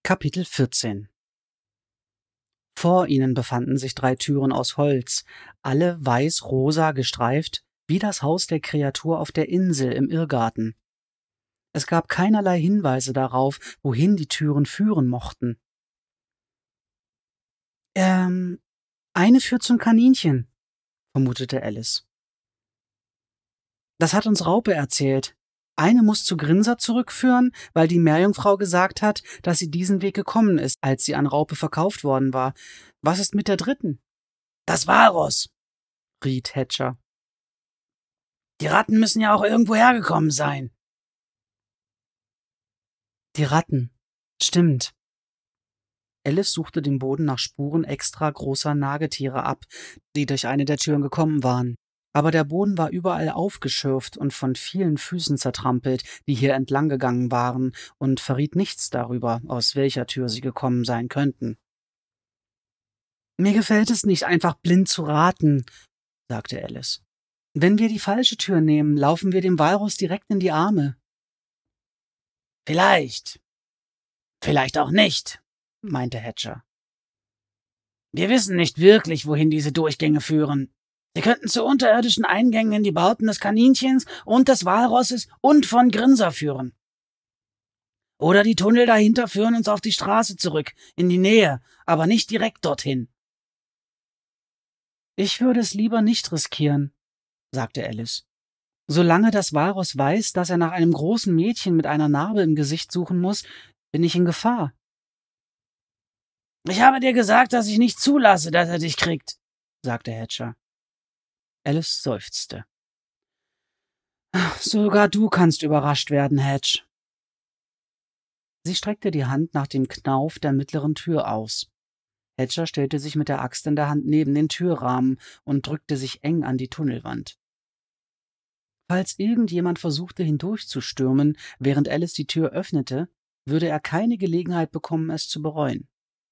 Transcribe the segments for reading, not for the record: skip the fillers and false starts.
Kapitel 14 Vor ihnen befanden sich 3 Türen aus Holz, alle weiß-rosa gestreift, wie das Haus der Kreatur auf der Insel im Irrgarten. Es gab keinerlei Hinweise darauf, wohin die Türen führen mochten. Eine führt zum Kaninchen, vermutete Alice. Das hat uns Raupe erzählt. Eine muss zu Grinser zurückführen, weil die Meerjungfrau gesagt hat, dass sie diesen Weg gekommen ist, als sie an Raupe verkauft worden war. Was ist mit der dritten? Das Walross, riet Hatcher. Die Ratten müssen ja auch irgendwo hergekommen sein. Die Ratten. Stimmt. Alice suchte den Boden nach Spuren extra großer Nagetiere ab, die durch eine der Türen gekommen waren. Aber der Boden war überall aufgeschürft und von vielen Füßen zertrampelt, die hier entlang gegangen waren, und verriet nichts darüber, aus welcher Tür sie gekommen sein könnten. »Mir gefällt es nicht, einfach blind zu raten«, sagte Alice. »Wenn wir die falsche Tür nehmen, laufen wir dem Walross direkt in die Arme.« »Vielleicht. Vielleicht auch nicht«, meinte Hatcher. »Wir wissen nicht wirklich, wohin diese Durchgänge führen. Sie könnten zu unterirdischen Eingängen in die Bauten des Kaninchens und des Walrosses und von Grinser führen. Oder die Tunnel dahinter führen uns auf die Straße zurück, in die Nähe, aber nicht direkt dorthin.« »Ich würde es lieber nicht riskieren«, sagte Alice. »Solange das Walross weiß, dass er nach einem großen Mädchen mit einer Narbe im Gesicht suchen muss, bin ich in Gefahr.« »Ich habe dir gesagt, dass ich nicht zulasse, dass er dich kriegt«, sagte Hatcher. Alice seufzte. »Sogar du kannst überrascht werden, Hatch.« Sie streckte die Hand nach dem Knauf der mittleren Tür aus. Hatcher stellte sich mit der Axt in der Hand neben den Türrahmen und drückte sich eng an die Tunnelwand. Falls irgendjemand versuchte hindurchzustürmen, während Alice die Tür öffnete, würde er keine Gelegenheit bekommen, es zu bereuen.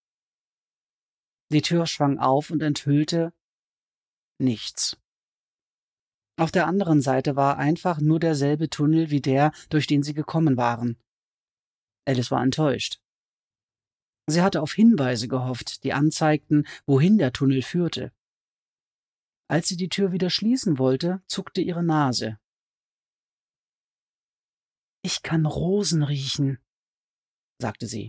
Die Tür schwang auf und enthüllte nichts. Auf der anderen Seite war einfach nur derselbe Tunnel wie der, durch den sie gekommen waren. Alice war enttäuscht. Sie hatte auf Hinweise gehofft, die anzeigten, wohin der Tunnel führte. Als sie die Tür wieder schließen wollte, zuckte ihre Nase. »Ich kann Rosen riechen«, sagte sie.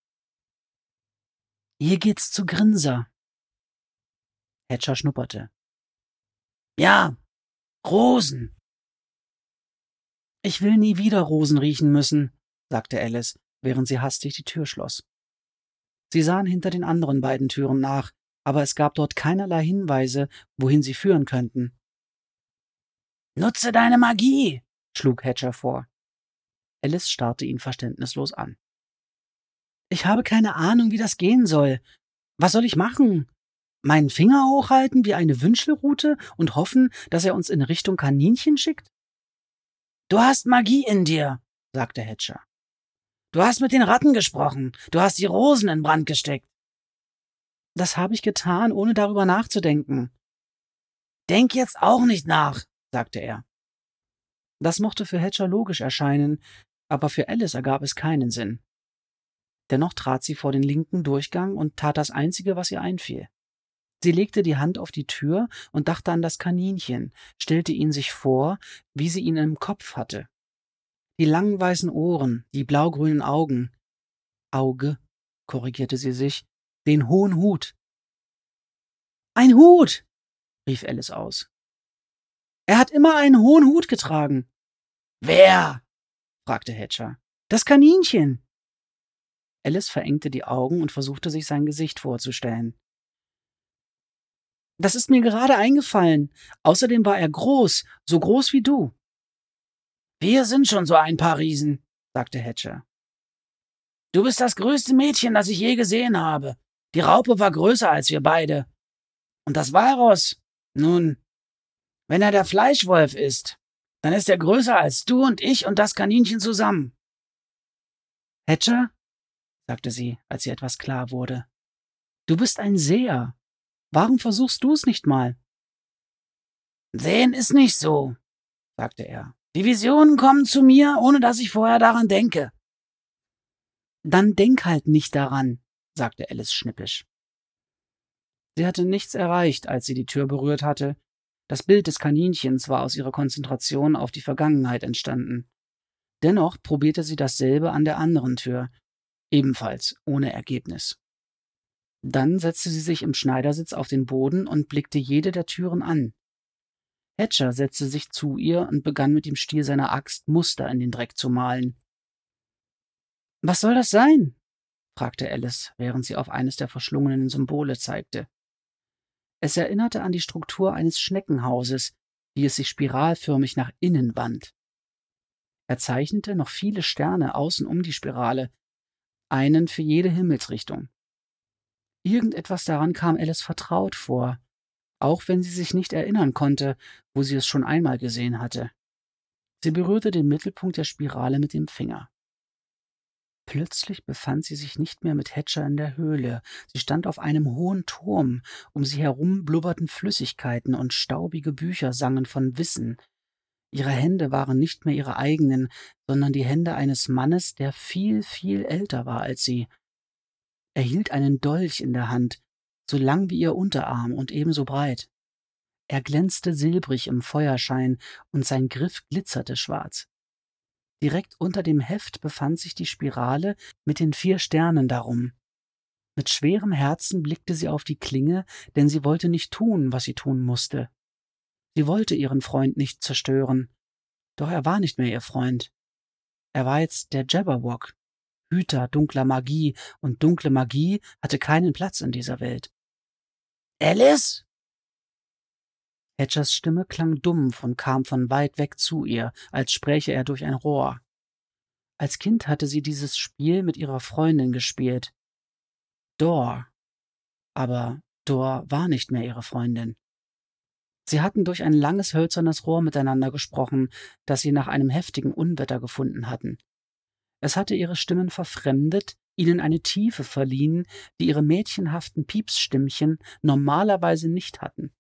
»Hier geht's zu Grinser.« Hatcher schnupperte. »Ja, Rosen.« »Ich will nie wieder Rosen riechen müssen«, sagte Alice, während sie hastig die Tür schloss. Sie sahen hinter den anderen beiden Türen nach, aber es gab dort keinerlei Hinweise, wohin sie führen könnten. »Nutze deine Magie«, schlug Hatcher vor. Alice starrte ihn verständnislos an. »Ich habe keine Ahnung, wie das gehen soll. Was soll ich machen? Meinen Finger hochhalten wie eine Wünschelrute und hoffen, dass er uns in Richtung Kaninchen schickt?« »Du hast Magie in dir«, sagte Hatcher. »Du hast mit den Ratten gesprochen. Du hast die Rosen in Brand gesteckt.« »Das habe ich getan, ohne darüber nachzudenken.« »Denk jetzt auch nicht nach«, sagte er. Das mochte für Hatcher logisch erscheinen, aber für Alice ergab es keinen Sinn. Dennoch trat sie vor den linken Durchgang und tat das Einzige, was ihr einfiel. Sie legte die Hand auf die Tür und dachte an das Kaninchen, stellte ihn sich vor, wie sie ihn im Kopf hatte. Die langen weißen Ohren, die blaugrünen Augen. Auge, korrigierte sie sich, den hohen Hut. »Ein Hut«, rief Alice aus. »Er hat immer einen hohen Hut getragen.« »Wer?« fragte Hatcher. »Das Kaninchen.« Alice verengte die Augen und versuchte sich sein Gesicht vorzustellen. »Das ist mir gerade eingefallen. Außerdem war er groß, so groß wie du.« »Wir sind schon so ein paar Riesen«, sagte Hatcher. »Du bist das größte Mädchen, das ich je gesehen habe. Die Raupe war größer als wir beide. Und das Walross, nun, wenn er der Fleischwolf ist, dann ist er größer als du und ich und das Kaninchen zusammen.« »Hatcher«, sagte sie, als ihr etwas klar wurde, »du bist ein Seher. Warum versuchst du es nicht mal?« »Sehen ist nicht so«, sagte er. »Die Visionen kommen zu mir, ohne dass ich vorher daran denke.« Dann denk halt nicht daran, sagte Alice schnippisch. Sie hatte nichts erreicht, als sie die Tür berührt hatte. Das Bild des Kaninchens war aus ihrer Konzentration auf die Vergangenheit entstanden. Dennoch probierte sie dasselbe an der anderen Tür, ebenfalls ohne Ergebnis. Dann setzte sie sich im Schneidersitz auf den Boden und blickte jede der Türen an. Hatcher setzte sich zu ihr und begann mit dem Stiel seiner Axt Muster in den Dreck zu malen. »Was soll das sein?« fragte Alice, während sie auf eines der verschlungenen Symbole zeigte. Es erinnerte an die Struktur eines Schneckenhauses, wie es sich spiralförmig nach innen wand. Er zeichnete noch viele Sterne außen um die Spirale, einen für jede Himmelsrichtung. Irgendetwas daran kam Alice vertraut vor, auch wenn sie sich nicht erinnern konnte, wo sie es schon einmal gesehen hatte. Sie berührte den Mittelpunkt der Spirale mit dem Finger. Plötzlich befand sie sich nicht mehr mit Hatcher in der Höhle. Sie stand auf einem hohen Turm. Um sie herum blubberten Flüssigkeiten und staubige Bücher sangen von Wissen. Ihre Hände waren nicht mehr ihre eigenen, sondern die Hände eines Mannes, der viel, viel älter war als sie. Er hielt einen Dolch in der Hand, so lang wie ihr Unterarm und ebenso breit. Er glänzte silbrig im Feuerschein und sein Griff glitzerte schwarz. Direkt unter dem Heft befand sich die Spirale mit den 4 Sternen darum. Mit schwerem Herzen blickte sie auf die Klinge, denn sie wollte nicht tun, was sie tun musste. Sie wollte ihren Freund nicht zerstören. Doch er war nicht mehr ihr Freund. Er war jetzt der Jabberwock, Hüter dunkler Magie, und dunkle Magie hatte keinen Platz in dieser Welt. »Alice?« Hatchers Stimme klang dumpf und kam von weit weg zu ihr, als spräche er durch ein Rohr. Als Kind hatte sie dieses Spiel mit ihrer Freundin gespielt. Dor. Aber Dor war nicht mehr ihre Freundin. Sie hatten durch ein langes hölzernes Rohr miteinander gesprochen, das sie nach einem heftigen Unwetter gefunden hatten. Es hatte ihre Stimmen verfremdet, ihnen eine Tiefe verliehen, die ihre mädchenhaften Piepsstimmchen normalerweise nicht hatten.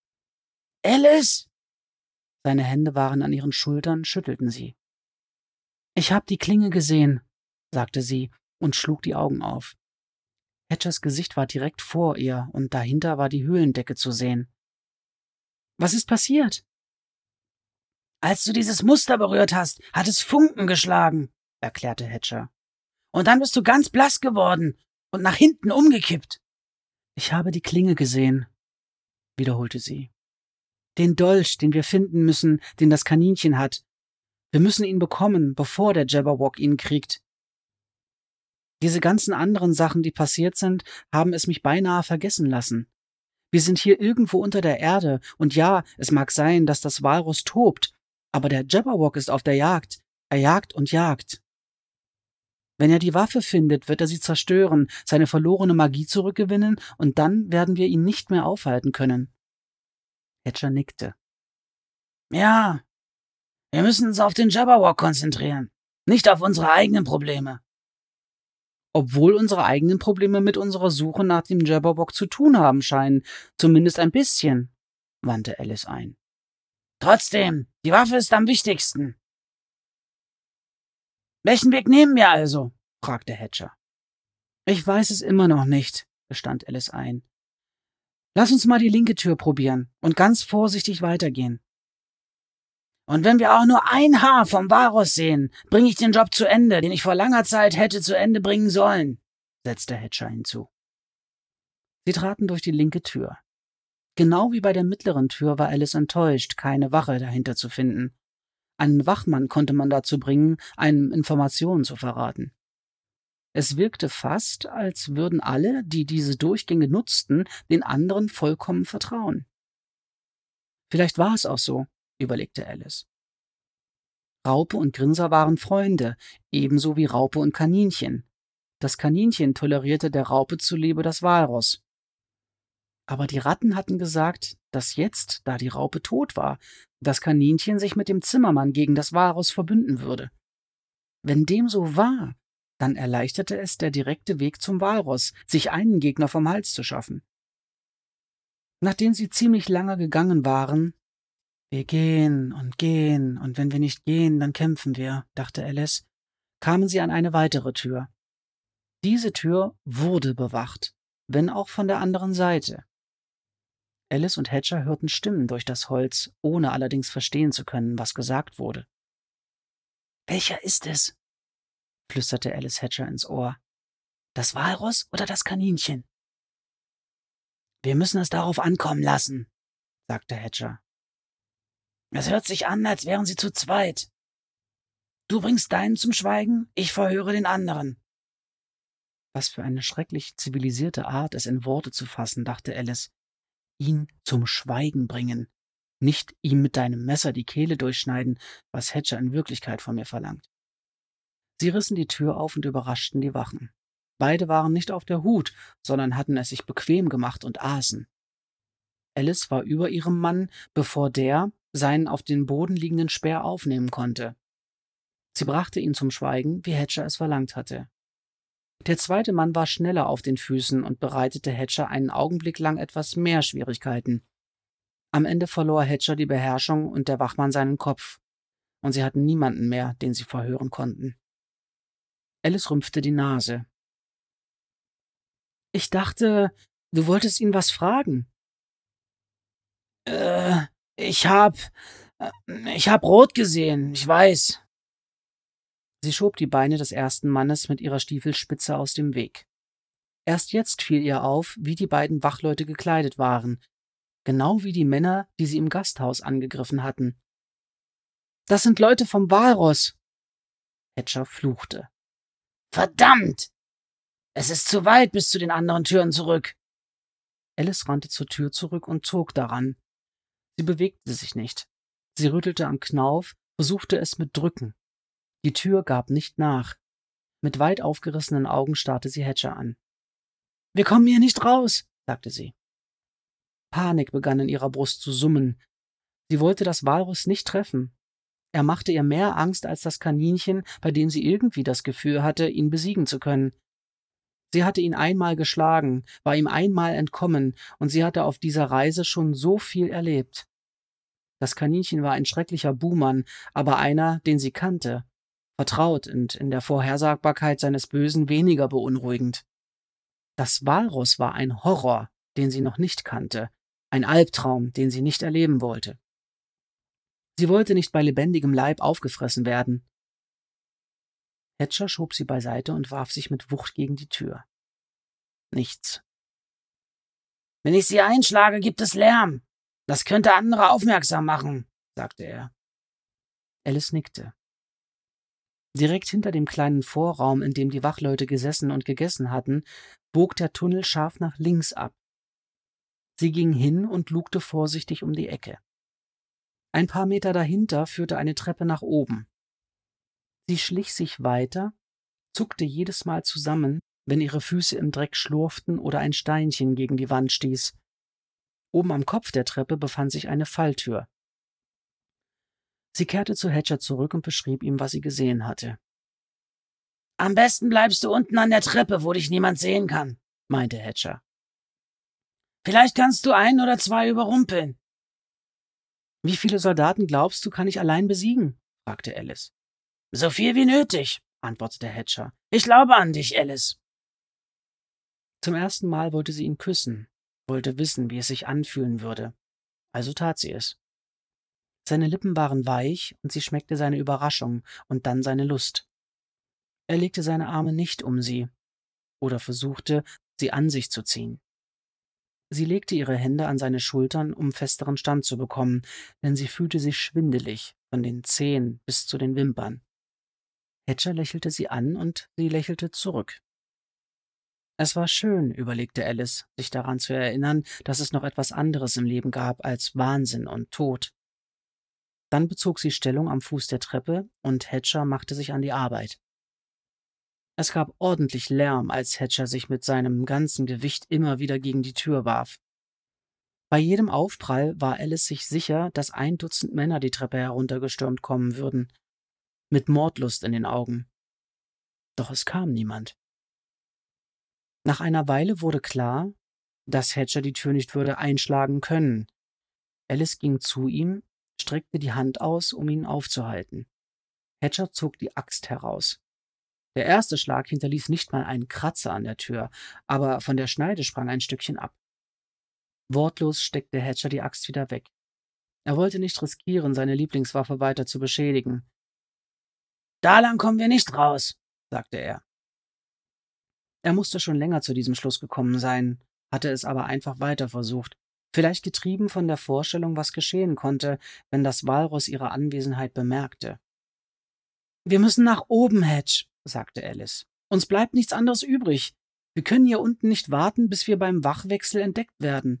»Alice?« Seine Hände waren an ihren Schultern, schüttelten sie. »Ich hab die Klinge gesehen«, sagte sie und schlug die Augen auf. Hatchers Gesicht war direkt vor ihr und dahinter war die Höhlendecke zu sehen. »Was ist passiert?« »Als du dieses Muster berührt hast, hat es Funken geschlagen«, erklärte Hatcher. »Und dann bist du ganz blass geworden und nach hinten umgekippt.« »Ich habe die Klinge gesehen«, wiederholte sie. »Den Dolch, den wir finden müssen, den das Kaninchen hat. Wir müssen ihn bekommen, bevor der Jabberwock ihn kriegt. Diese ganzen anderen Sachen, die passiert sind, haben es mich beinahe vergessen lassen. Wir sind hier irgendwo unter der Erde, und ja, es mag sein, dass das Walross tobt, aber der Jabberwock ist auf der Jagd. Er jagt und jagt. Wenn er die Waffe findet, wird er sie zerstören, seine verlorene Magie zurückgewinnen, und dann werden wir ihn nicht mehr aufhalten können.« Hatcher nickte. »Ja, wir müssen uns auf den Jabberwock konzentrieren, nicht auf unsere eigenen Probleme.« »Obwohl unsere eigenen Probleme mit unserer Suche nach dem Jabberwock zu tun haben scheinen, zumindest ein bisschen«, wandte Alice ein. »Trotzdem, die Waffe ist am wichtigsten.« »Welchen Weg nehmen wir also?« fragte Hatcher. »Ich weiß es immer noch nicht«, gestand Alice ein. »Lass uns mal die linke Tür probieren und ganz vorsichtig weitergehen.« »Und wenn wir auch nur ein Haar vom Walross sehen, bringe ich den Job zu Ende, den ich vor langer Zeit hätte zu Ende bringen sollen«, setzte Hatcher hinzu. Sie traten durch die linke Tür. Genau wie bei der mittleren Tür war Alice enttäuscht, keine Wache dahinter zu finden. Einen Wachmann konnte man dazu bringen, einem Informationen zu verraten. Es wirkte fast, als würden alle, die diese Durchgänge nutzten, den anderen vollkommen vertrauen. Vielleicht war es auch so, überlegte Alice. Raupe und Grinser waren Freunde, ebenso wie Raupe und Kaninchen. Das Kaninchen tolerierte der Raupe zuliebe das Walross. Aber die Ratten hatten gesagt, dass jetzt, da die Raupe tot war, das Kaninchen sich mit dem Zimmermann gegen das Walross verbünden würde. Wenn dem so war, dann erleichterte es der direkte Weg zum Walross, sich einen Gegner vom Hals zu schaffen. Nachdem sie ziemlich lange gegangen waren, »Wir gehen, und wenn wir nicht gehen, dann kämpfen wir«, dachte Alice, kamen sie an eine weitere Tür. Diese Tür wurde bewacht, wenn auch von der anderen Seite. Alice und Hatcher hörten Stimmen durch das Holz, ohne allerdings verstehen zu können, was gesagt wurde. »Welcher ist es?« flüsterte Alice Hatcher ins Ohr. »Das Walross oder das Kaninchen?« »Wir müssen es darauf ankommen lassen«, sagte Hatcher. »Es hört sich an, als wären sie zu zweit. Du bringst deinen zum Schweigen, ich verhöre den anderen.« Was für eine schrecklich zivilisierte Art, es in Worte zu fassen, dachte Alice. Ihn zum Schweigen bringen, nicht ihm mit deinem Messer die Kehle durchschneiden, was Hatcher in Wirklichkeit von mir verlangt. Sie rissen die Tür auf und überraschten die Wachen. Beide waren nicht auf der Hut, sondern hatten es sich bequem gemacht und aßen. Alice war über ihrem Mann, bevor der seinen auf dem Boden liegenden Speer aufnehmen konnte. Sie brachte ihn zum Schweigen, wie Hatcher es verlangt hatte. Der zweite Mann war schneller auf den Füßen und bereitete Hatcher einen Augenblick lang etwas mehr Schwierigkeiten. Am Ende verlor Hatcher die Beherrschung und der Wachmann seinen Kopf, und sie hatten niemanden mehr, den sie verhören konnten. Alice rümpfte die Nase. »Ich dachte, du wolltest ihn was fragen.« Ich hab rot gesehen, ich weiß.« Sie schob die Beine des ersten Mannes mit ihrer Stiefelspitze aus dem Weg. Erst jetzt fiel ihr auf, wie die beiden Wachleute gekleidet waren, genau wie die Männer, die sie im Gasthaus angegriffen hatten. »Das sind Leute vom Walross!« Hatcher fluchte. »Verdammt! Es ist zu weit bis zu den anderen Türen zurück.« Alice rannte zur Tür zurück und zog daran. Sie bewegte sich nicht. Sie rüttelte am Knauf, versuchte es mit Drücken. Die Tür gab nicht nach. Mit weit aufgerissenen Augen starrte sie Hatcher an. »Wir kommen hier nicht raus«, sagte sie. Panik begann in ihrer Brust zu summen. Sie wollte das Walross nicht treffen. Er machte ihr mehr Angst als das Kaninchen, bei dem sie irgendwie das Gefühl hatte, ihn besiegen zu können. Sie hatte ihn einmal geschlagen, war ihm einmal entkommen, und sie hatte auf dieser Reise schon so viel erlebt. Das Kaninchen war ein schrecklicher Buhmann, aber einer, den sie kannte, vertraut und in der Vorhersagbarkeit seines Bösen weniger beunruhigend. Das Walross war ein Horror, den sie noch nicht kannte, ein Albtraum, den sie nicht erleben wollte. Sie wollte nicht bei lebendigem Leib aufgefressen werden. Hatcher schob sie beiseite und warf sich mit Wucht gegen die Tür. Nichts. »Wenn ich sie einschlage, gibt es Lärm. Das könnte andere aufmerksam machen«, sagte er. Alice nickte. Direkt hinter dem kleinen Vorraum, in dem die Wachleute gesessen und gegessen hatten, bog der Tunnel scharf nach links ab. Sie ging hin und lugte vorsichtig um die Ecke. Ein paar Meter dahinter führte eine Treppe nach oben. Sie schlich sich weiter, zuckte jedes Mal zusammen, wenn ihre Füße im Dreck schlurften oder ein Steinchen gegen die Wand stieß. Oben am Kopf der Treppe befand sich eine Falltür. Sie kehrte zu Hatcher zurück und beschrieb ihm, was sie gesehen hatte. »Am besten bleibst du unten an der Treppe, wo dich niemand sehen kann«, meinte Hatcher. »Vielleicht kannst du 1 oder 2 überrumpeln.« »Wie viele Soldaten glaubst du, kann ich allein besiegen?« fragte Alice. »So viel wie nötig«, antwortete Hatcher. »Ich glaube an dich, Alice.« Zum ersten Mal wollte sie ihn küssen, wollte wissen, wie es sich anfühlen würde. Also tat sie es. Seine Lippen waren weich, und sie schmeckte seine Überraschung und dann seine Lust. Er legte seine Arme nicht um sie oder versuchte, sie an sich zu ziehen. Sie legte ihre Hände an seine Schultern, um festeren Stand zu bekommen, denn sie fühlte sich schwindelig, von den Zehen bis zu den Wimpern. Hatcher lächelte sie an, und sie lächelte zurück. Es war schön, überlegte Alice, sich daran zu erinnern, dass es noch etwas anderes im Leben gab als Wahnsinn und Tod. Dann bezog sie Stellung am Fuß der Treppe, und Hatcher machte sich an die Arbeit. Es gab ordentlich Lärm, als Hatcher sich mit seinem ganzen Gewicht immer wieder gegen die Tür warf. Bei jedem Aufprall war Alice sich sicher, dass 1 Dutzend Männer die Treppe heruntergestürmt kommen würden, mit Mordlust in den Augen. Doch es kam niemand. Nach einer Weile wurde klar, dass Hatcher die Tür nicht würde einschlagen können. Alice ging zu ihm, streckte die Hand aus, um ihn aufzuhalten. Hatcher zog die Axt heraus. Der erste Schlag hinterließ nicht mal einen Kratzer an der Tür, aber von der Schneide sprang ein Stückchen ab. Wortlos steckte Hatcher die Axt wieder weg. Er wollte nicht riskieren, seine Lieblingswaffe weiter zu beschädigen. »Da lang kommen wir nicht raus«, sagte er. Er musste schon länger zu diesem Schluss gekommen sein, hatte es aber einfach weiter versucht, vielleicht getrieben von der Vorstellung, was geschehen konnte, wenn das Walross ihre Anwesenheit bemerkte. »Wir müssen nach oben, Hatch«, sagte Alice. »Uns bleibt nichts anderes übrig. Wir können hier unten nicht warten, bis wir beim Wachwechsel entdeckt werden.«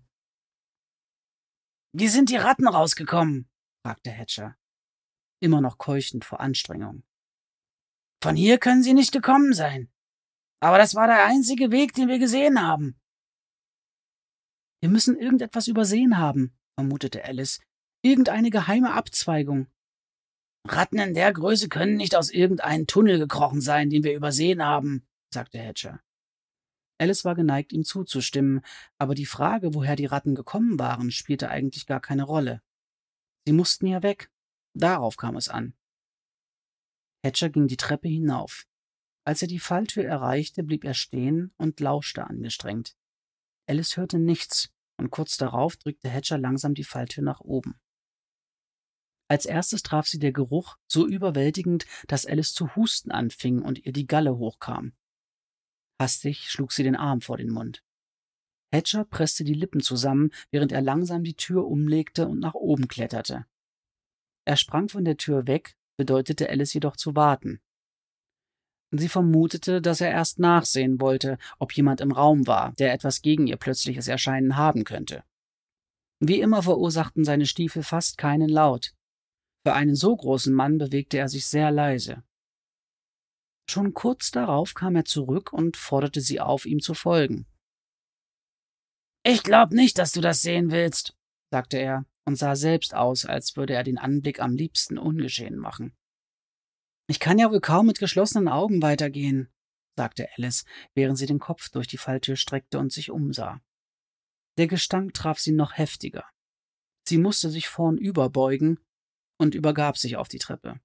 »Wie sind die Ratten rausgekommen?« fragte Hatcher, immer noch keuchend vor Anstrengung. »Von hier können sie nicht gekommen sein. Aber das war der einzige Weg, den wir gesehen haben.« »Wir müssen irgendetwas übersehen haben«, vermutete Alice. »Irgendeine geheime Abzweigung.« »Ratten in der Größe können nicht aus irgendeinem Tunnel gekrochen sein, den wir übersehen haben«, sagte Hatcher. Alice war geneigt, ihm zuzustimmen, aber die Frage, woher die Ratten gekommen waren, spielte eigentlich gar keine Rolle. Sie mussten ja weg. Darauf kam es an. Hatcher ging die Treppe hinauf. Als er die Falltür erreichte, blieb er stehen und lauschte angestrengt. Alice hörte nichts, und kurz darauf drückte Hatcher langsam die Falltür nach oben. Als erstes traf sie der Geruch so überwältigend, dass Alice zu husten anfing und ihr die Galle hochkam. Hastig schlug sie den Arm vor den Mund. Hatcher presste die Lippen zusammen, während er langsam die Tür umlegte und nach oben kletterte. Er sprang von der Tür weg, bedeutete Alice jedoch zu warten. Sie vermutete, dass er erst nachsehen wollte, ob jemand im Raum war, der etwas gegen ihr plötzliches Erscheinen haben könnte. Wie immer verursachten seine Stiefel fast keinen Laut. Für einen so großen Mann bewegte er sich sehr leise. Schon kurz darauf kam er zurück und forderte sie auf, ihm zu folgen. »Ich glaub nicht, dass du das sehen willst«, sagte er und sah selbst aus, als würde er den Anblick am liebsten ungeschehen machen. »Ich kann ja wohl kaum mit geschlossenen Augen weitergehen«, sagte Alice, während sie den Kopf durch die Falltür streckte und sich umsah. Der Gestank traf sie noch heftiger. Sie musste sich vornüber beugen und übergab sich auf die Treppe.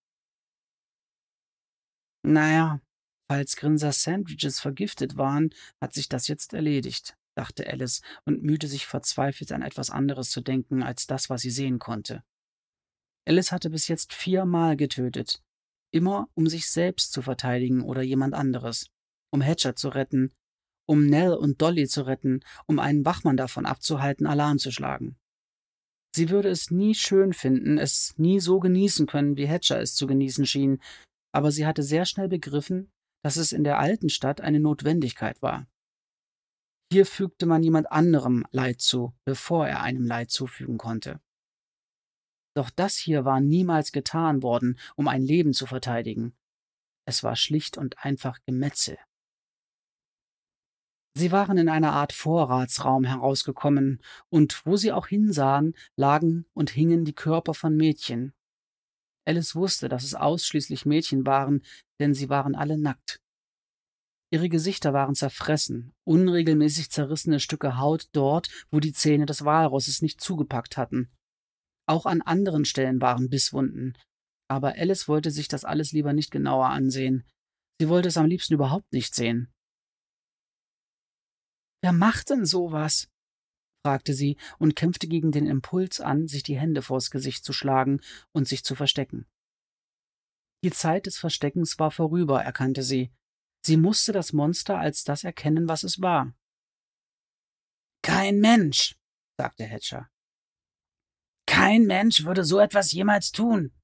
»Naja, falls Grinsers Sandwiches vergiftet waren, hat sich das jetzt erledigt«, dachte Alice und mühte sich verzweifelt an etwas anderes zu denken als das, was sie sehen konnte. Alice hatte bis jetzt 4-mal getötet, immer um sich selbst zu verteidigen oder jemand anderes, um Hatcher zu retten, um Nell und Dolly zu retten, um einen Wachmann davon abzuhalten, Alarm zu schlagen. Sie würde es nie schön finden, es nie so genießen können, wie Hatcher es zu genießen schien, aber sie hatte sehr schnell begriffen, dass es in der alten Stadt eine Notwendigkeit war. Hier fügte man jemand anderem Leid zu, bevor er einem Leid zufügen konnte. Doch das hier war niemals getan worden, um ein Leben zu verteidigen. Es war schlicht und einfach Gemetzel. Sie waren in einer Art Vorratsraum herausgekommen, und wo sie auch hinsahen, lagen und hingen die Körper von Mädchen. Alice wusste, dass es ausschließlich Mädchen waren, denn sie waren alle nackt. Ihre Gesichter waren zerfressen, unregelmäßig zerrissene Stücke Haut dort, wo die Zähne des Walrosses nicht zugepackt hatten. Auch an anderen Stellen waren Bisswunden, aber Alice wollte sich das alles lieber nicht genauer ansehen. Sie wollte es am liebsten überhaupt nicht sehen. »Wer macht denn sowas?« fragte sie und kämpfte gegen den Impuls an, sich die Hände vors Gesicht zu schlagen und sich zu verstecken. Die Zeit des Versteckens war vorüber, erkannte sie. Sie musste das Monster als das erkennen, was es war. »Kein Mensch«, sagte Hatcher. »Kein Mensch würde so etwas jemals tun.«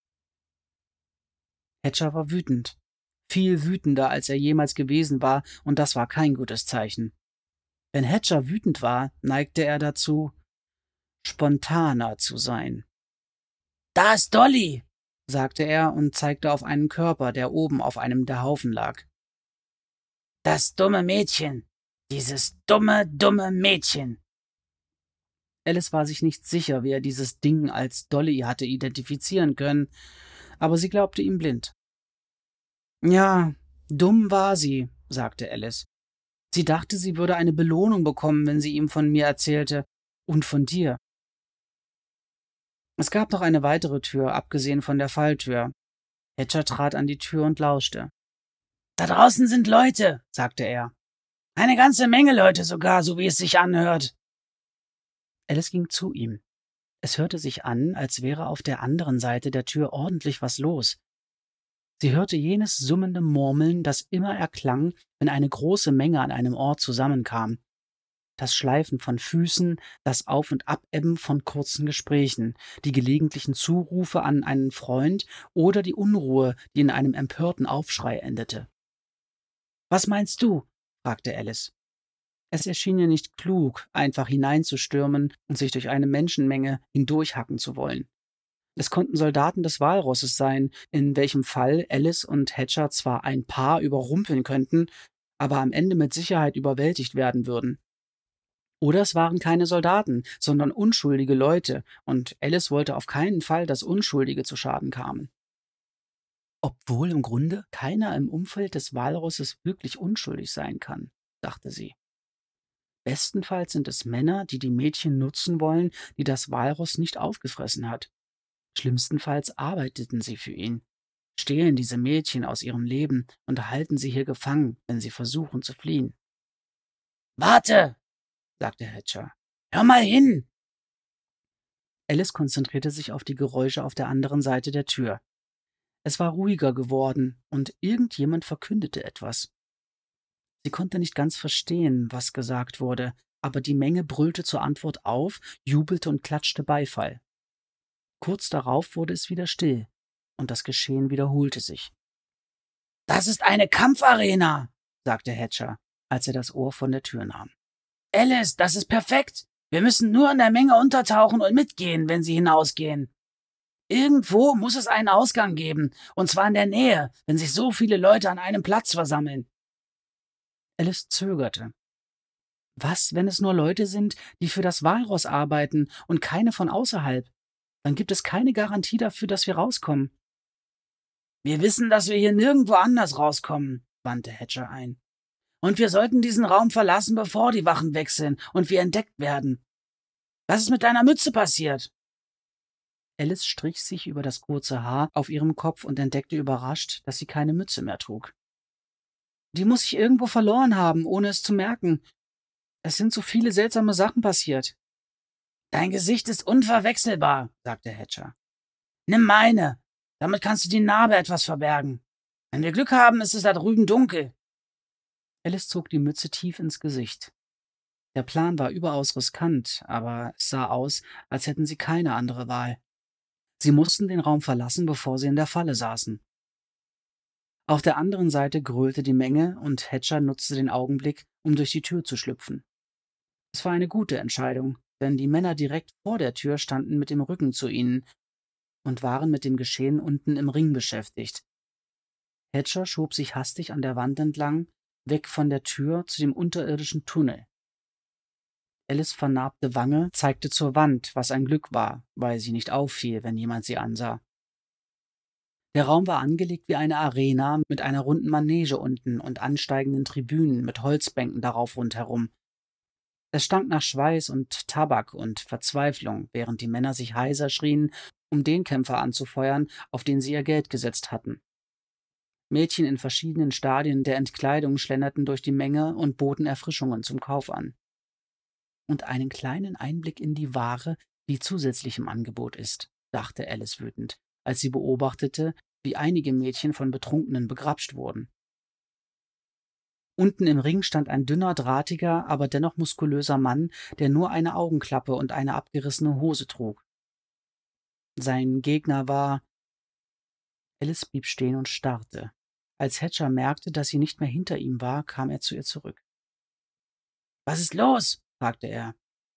Hatcher war wütend. Viel wütender, als er jemals gewesen war, und das war kein gutes Zeichen. Wenn Hatcher wütend war, neigte er dazu, spontaner zu sein. »Da ist Dolly«, sagte er und zeigte auf einen Körper, der oben auf einem der Haufen lag. »Das dumme Mädchen, dieses dumme Mädchen.« Alice war sich nicht sicher, wie er dieses Ding als Dolly hatte identifizieren können, aber sie glaubte ihm blind. »Ja, dumm war sie«, sagte Alice. »Sie dachte, sie würde eine Belohnung bekommen, wenn sie ihm von mir erzählte und von dir.« Es gab noch eine weitere Tür, abgesehen von der Falltür. Hatcher trat an die Tür und lauschte. Da draußen sind Leute, sagte er. Eine ganze Menge Leute sogar, so wie es sich anhört. Alice ging zu ihm. Es hörte sich an, als wäre auf der anderen Seite der Tür ordentlich was los. Sie hörte jenes summende Murmeln, das immer erklang, wenn eine große Menge an einem Ort zusammenkam. Das Schleifen von Füßen, das Auf- und Abebben von kurzen Gesprächen, die gelegentlichen Zurufe an einen Freund oder die Unruhe, die in einem empörten Aufschrei endete. »Was meinst du?« fragte Alice. Es erschien ihr nicht klug, einfach hineinzustürmen und sich durch eine Menschenmenge hindurchhacken zu wollen. Es konnten Soldaten des Walrosses sein, in welchem Fall Alice und Hatcher zwar ein Paar überrumpeln könnten, aber am Ende mit Sicherheit überwältigt werden würden. Oder es waren keine Soldaten, sondern unschuldige Leute, und Alice wollte auf keinen Fall, dass Unschuldige zu Schaden kamen. Obwohl im Grunde keiner im Umfeld des Walrosses wirklich unschuldig sein kann, dachte sie. Bestenfalls sind es Männer, die die Mädchen nutzen wollen, die das Walross nicht aufgefressen hat. Schlimmstenfalls arbeiteten sie für ihn, stehlen diese Mädchen aus ihrem Leben und halten sie hier gefangen, wenn sie versuchen zu fliehen. »Warte«, sagte Hatcher. »Hör mal hin!« Alice konzentrierte sich auf die Geräusche auf der anderen Seite der Tür. Es war ruhiger geworden, und irgendjemand verkündete etwas. Sie konnte nicht ganz verstehen, was gesagt wurde, aber die Menge brüllte zur Antwort auf, jubelte und klatschte Beifall. Kurz darauf wurde es wieder still, und das Geschehen wiederholte sich. »Das ist eine Kampfarena«, sagte Hatcher, als er das Ohr von der Tür nahm. »Alice, das ist perfekt. Wir müssen nur in der Menge untertauchen und mitgehen, wenn sie hinausgehen. Irgendwo muss es einen Ausgang geben, und zwar in der Nähe, wenn sich so viele Leute an einem Platz versammeln.« Alice zögerte. Was, wenn es nur Leute sind, die für das Walross arbeiten und keine von außerhalb? Dann gibt es keine Garantie dafür, dass wir rauskommen. »Wir wissen, dass wir hier nirgendwo anders rauskommen«, wandte Hatcher ein. »Und wir sollten diesen Raum verlassen, bevor die Wachen wechseln und wir entdeckt werden. Was ist mit deiner Mütze passiert?« Alice strich sich über das kurze Haar auf ihrem Kopf und entdeckte überrascht, dass sie keine Mütze mehr trug. »Die muss ich irgendwo verloren haben, ohne es zu merken. Es sind so viele seltsame Sachen passiert.« »Dein Gesicht ist unverwechselbar«, sagte Hatcher. »Nimm meine. Damit kannst du die Narbe etwas verbergen. Wenn wir Glück haben, ist es da drüben dunkel.« Alice zog die Mütze tief ins Gesicht. Der Plan war überaus riskant, aber es sah aus, als hätten sie keine andere Wahl. Sie mussten den Raum verlassen, bevor sie in der Falle saßen. Auf der anderen Seite gröhlte die Menge, und Hatcher nutzte den Augenblick, um durch die Tür zu schlüpfen. Es war eine gute Entscheidung, denn die Männer direkt vor der Tür standen mit dem Rücken zu ihnen und waren mit dem Geschehen unten im Ring beschäftigt. Hatcher schob sich hastig an der Wand entlang, weg von der Tür zu dem unterirdischen Tunnel. Alice' vernarbte Wange zeigte zur Wand, was ein Glück war, weil sie nicht auffiel, wenn jemand sie ansah. Der Raum war angelegt wie eine Arena mit einer runden Manege unten und ansteigenden Tribünen mit Holzbänken darauf rundherum. Es stank nach Schweiß und Tabak und Verzweiflung, während die Männer sich heiser schrien, um den Kämpfer anzufeuern, auf den sie ihr Geld gesetzt hatten. Mädchen in verschiedenen Stadien der Entkleidung schlenderten durch die Menge und boten Erfrischungen zum Kauf an. Und einen kleinen Einblick in die Ware, die zusätzlich im Angebot ist, dachte Alice wütend, als sie beobachtete, wie einige Mädchen von Betrunkenen begrapscht wurden. Unten im Ring stand ein dünner, drahtiger, aber dennoch muskulöser Mann, der nur eine Augenklappe und eine abgerissene Hose trug. Sein Gegner war... Alice blieb stehen und starrte. Als Hatcher merkte, dass sie nicht mehr hinter ihm war, kam er zu ihr zurück. »Was ist los?« fragte er.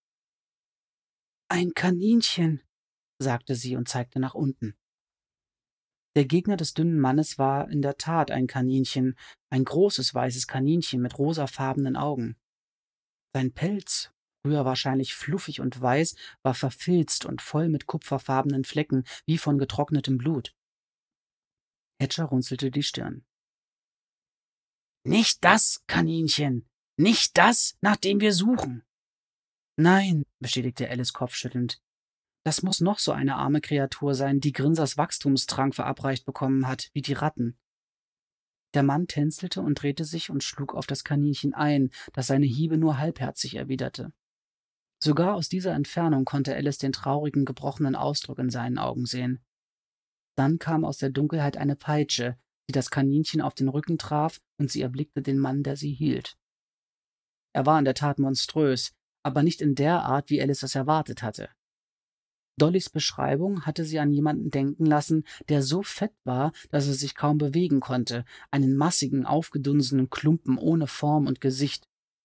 »Ein Kaninchen«, sagte sie und zeigte nach unten. Der Gegner des dünnen Mannes war in der Tat ein Kaninchen, ein großes weißes Kaninchen mit rosafarbenen Augen. Sein Pelz, früher wahrscheinlich fluffig und weiß, war verfilzt und voll mit kupferfarbenen Flecken, wie von getrocknetem Blut. Hatcher runzelte die Stirn. »Nicht das, Kaninchen! Nicht das, nach dem wir suchen!« »Nein«, bestätigte Alice kopfschüttelnd. »Das muss noch so eine arme Kreatur sein, die Grinsers Wachstumstrank verabreicht bekommen hat, wie die Ratten.« Der Mann tänzelte und drehte sich und schlug auf das Kaninchen ein, das seine Hiebe nur halbherzig erwiderte. Sogar aus dieser Entfernung konnte Alice den traurigen, gebrochenen Ausdruck in seinen Augen sehen. Dann kam aus der Dunkelheit eine Peitsche, die das Kaninchen auf den Rücken traf, und sie erblickte den Mann, der sie hielt. Er war in der Tat monströs, aber nicht in der Art, wie Alice es erwartet hatte. Dollys Beschreibung hatte sie an jemanden denken lassen, der so fett war, dass er sich kaum bewegen konnte, einen massigen, aufgedunsenen Klumpen ohne Form und Gesicht.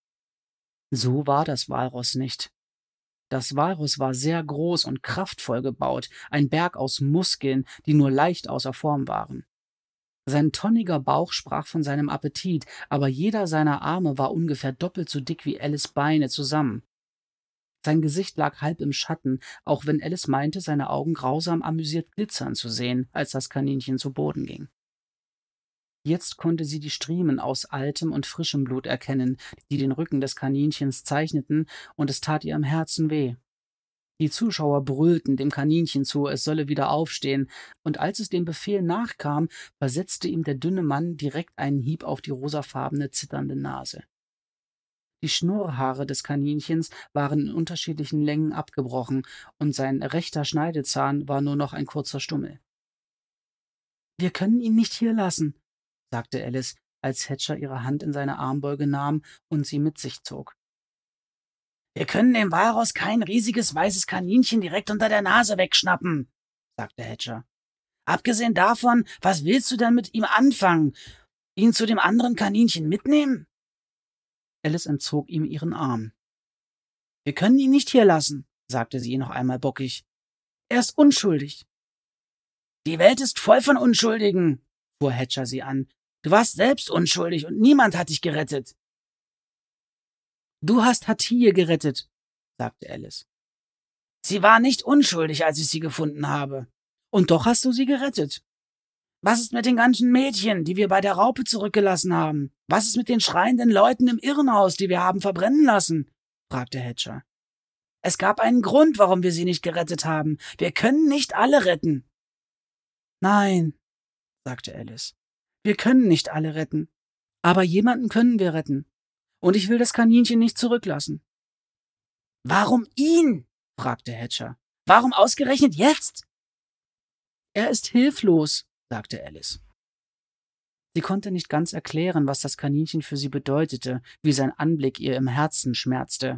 So war das Walross nicht. Das Walross war sehr groß und kraftvoll gebaut, ein Berg aus Muskeln, die nur leicht außer Form waren. Sein tonniger Bauch sprach von seinem Appetit, aber jeder seiner Arme war ungefähr doppelt so dick wie Alice' Beine zusammen. Sein Gesicht lag halb im Schatten, auch wenn Alice meinte, seine Augen grausam amüsiert glitzern zu sehen, als das Kaninchen zu Boden ging. Jetzt konnte sie die Striemen aus altem und frischem Blut erkennen, die den Rücken des Kaninchens zeichneten, und es tat ihr am Herzen weh. Die Zuschauer brüllten dem Kaninchen zu, es solle wieder aufstehen, und als es dem Befehl nachkam, versetzte ihm der dünne Mann direkt einen Hieb auf die rosafarbene, zitternde Nase. Die Schnurrhaare des Kaninchens waren in unterschiedlichen Längen abgebrochen, und sein rechter Schneidezahn war nur noch ein kurzer Stummel. »Wir können ihn nicht hier lassen«, sagte Alice, als Hatcher ihre Hand in seine Armbeuge nahm und sie mit sich zog. »Wir können dem Walross kein riesiges weißes Kaninchen direkt unter der Nase wegschnappen«, sagte Hatcher. »Abgesehen davon, was willst du denn mit ihm anfangen? Ihn zu dem anderen Kaninchen mitnehmen?« Alice entzog ihm ihren Arm. »Wir können ihn nicht hier lassen«, sagte sie noch einmal bockig. »Er ist unschuldig.« »Die Welt ist voll von Unschuldigen«, fuhr Hatcher sie an. »Du warst selbst unschuldig und niemand hat dich gerettet.« »Du hast Hattie gerettet«, sagte Alice. »Sie war nicht unschuldig, als ich sie gefunden habe.« »Und doch hast du sie gerettet.« »Was ist mit den ganzen Mädchen, die wir bei der Raupe zurückgelassen haben? Was ist mit den schreienden Leuten im Irrenhaus, die wir haben verbrennen lassen?« fragte Hatcher. »Es gab einen Grund, warum wir sie nicht gerettet haben. Wir können nicht alle retten.« »Nein«, sagte Alice, »wir können nicht alle retten. Aber jemanden können wir retten. Und ich will das Kaninchen nicht zurücklassen.« »Warum ihn?« fragte Hatcher. »Warum ausgerechnet jetzt?« »Er ist hilflos«, sagte Alice. Sie konnte nicht ganz erklären, was das Kaninchen für sie bedeutete, wie sein Anblick ihr im Herzen schmerzte.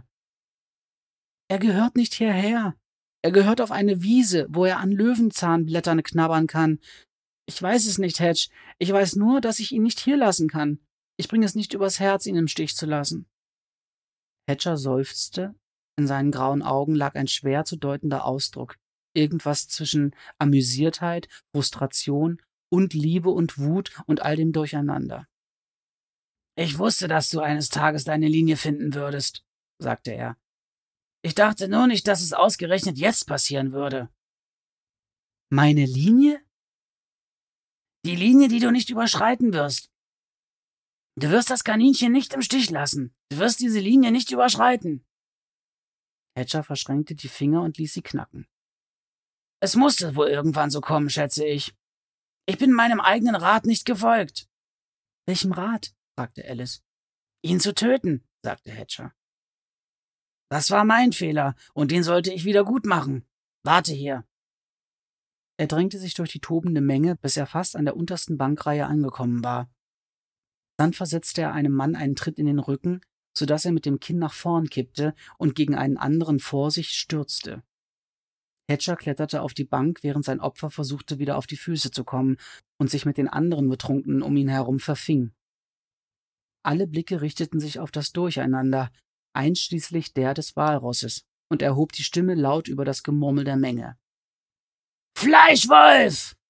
»Er gehört nicht hierher. Er gehört auf eine Wiese, wo er an Löwenzahnblättern knabbern kann. Ich weiß es nicht, Hatch. Ich weiß nur, dass ich ihn nicht hier lassen kann. Ich bringe es nicht übers Herz, ihn im Stich zu lassen.« Hatcher seufzte. In seinen grauen Augen lag ein schwer zu deutender Ausdruck. Irgendwas zwischen Amüsiertheit, Frustration und Liebe und Wut und all dem Durcheinander. »Ich wusste, dass du eines Tages deine Linie finden würdest«, sagte er. »Ich dachte nur nicht, dass es ausgerechnet jetzt passieren würde.« »Meine Linie?« »Die Linie, die du nicht überschreiten wirst. Du wirst das Kaninchen nicht im Stich lassen. Du wirst diese Linie nicht überschreiten.« Hatcher verschränkte die Finger und ließ sie knacken. »Es musste wohl irgendwann so kommen, schätze ich. Ich bin meinem eigenen Rat nicht gefolgt.« »Welchem Rat?« fragte Alice. »Ihn zu töten«, sagte Hatcher. »Das war mein Fehler, und den sollte ich wieder gut machen. Warte hier.« Er drängte sich durch die tobende Menge, bis er fast an der untersten Bankreihe angekommen war. Dann versetzte er einem Mann einen Tritt in den Rücken, so dass er mit dem Kinn nach vorn kippte und gegen einen anderen vor sich stürzte. Hatcher kletterte auf die Bank, während sein Opfer versuchte, wieder auf die Füße zu kommen und sich mit den anderen Betrunkenen um ihn herum verfing. Alle Blicke richteten sich auf das Durcheinander, einschließlich der des Walrosses, und er hob die Stimme laut über das Gemurmel der Menge. »Fleischwolf!«